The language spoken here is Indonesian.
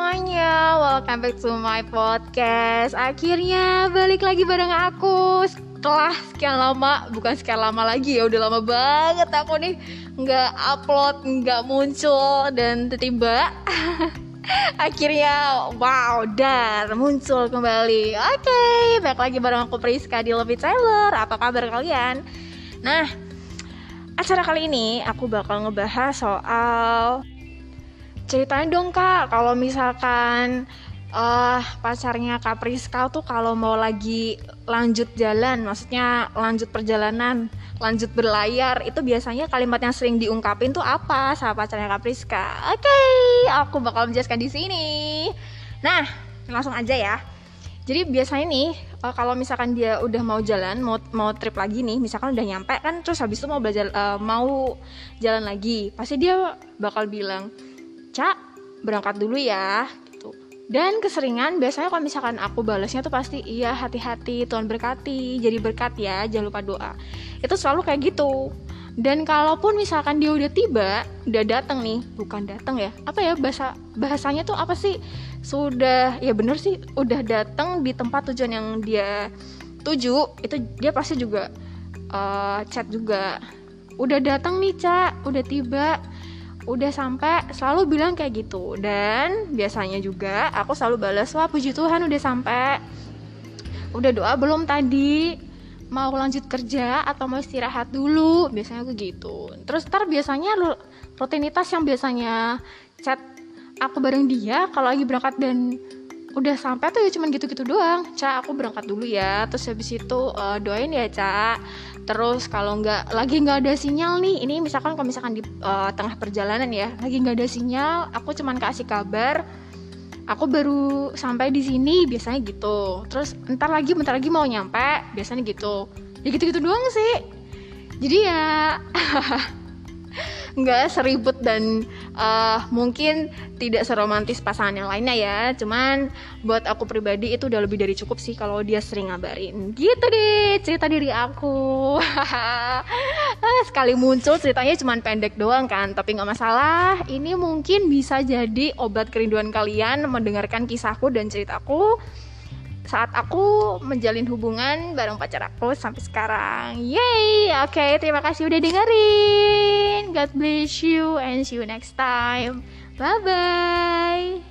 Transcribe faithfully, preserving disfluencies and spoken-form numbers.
semuanya, welcome back to my podcast. Akhirnya balik lagi bareng aku setelah sekian lama, bukan sekian lama lagi ya, udah lama banget aku nih nggak upload, nggak muncul, dan tiba-tiba akhirnya wow, dar muncul kembali. Oke, okay, balik lagi bareng aku Priska di Love It Taylor. Apa kabar kalian? Nah, acara kali ini aku bakal ngebahas soal ceritain dong kak, kalau misalkan uh, pacarnya Kak Priska tuh kalau mau lagi lanjut jalan, maksudnya lanjut perjalanan, lanjut berlayar, itu biasanya kalimat yang sering diungkapin tuh apa sama pacarnya Kak Priska. Oke, okay, aku bakal menjelaskan di sini. Nah, langsung aja ya. Jadi biasanya nih, uh, kalau misalkan dia udah mau jalan, mau mau trip lagi nih, misalkan udah nyampe kan, terus habis itu mau belajar, uh, mau jalan lagi, pasti dia bakal bilang, Cak, berangkat dulu ya gitu. Dan keseringan biasanya kalau misalkan aku balasnya tuh pasti iya, hati-hati, Tuhan berkati, jadi berkat ya, jangan lupa doa. Itu selalu kayak gitu. Dan kalaupun misalkan dia udah tiba, udah datang nih, bukan datang ya, apa ya bahasa bahasanya tuh apa sih? Sudah, ya bener sih, udah datang di tempat tujuan yang dia tuju, itu dia pasti juga uh, chat juga. Udah datang nih, Cak, udah tiba, udah sampai, selalu bilang kayak gitu. Dan biasanya juga aku selalu balas, wah puji Tuhan udah sampai, udah doa belum tadi, mau lanjut kerja atau mau istirahat dulu, biasanya aku gitu. Terus ntar biasanya rutinitas yang biasanya chat aku bareng dia kalau lagi berangkat dan udah sampai tuh ya cuman gitu-gitu doang. Cak, aku berangkat dulu ya, terus habis itu uh, doain ya Cak. Terus kalau nggak, lagi nggak ada sinyal nih, ini misalkan kalau misalkan di uh, tengah perjalanan ya, lagi nggak ada sinyal, aku cuman kasih kabar, aku baru sampai di sini, biasanya gitu. Terus entar lagi, bentar lagi mau nyampe, biasanya gitu. Ya gitu-gitu doang sih. Jadi ya nggak seribut dan uh, mungkin tidak seromantis pasangan yang lainnya ya. Cuman buat aku pribadi itu udah lebih dari cukup sih kalau dia sering ngabarin. Gitu deh cerita diri aku. Sekali muncul ceritanya cuman pendek doang kan, tapi nggak masalah. Ini mungkin bisa jadi obat kerinduan kalian mendengarkan kisahku dan ceritaku saat aku menjalin hubungan bareng pacar aku sampai sekarang. Yay, oke, okay, terima kasih udah dengerin. God bless you and see you next time. Bye bye.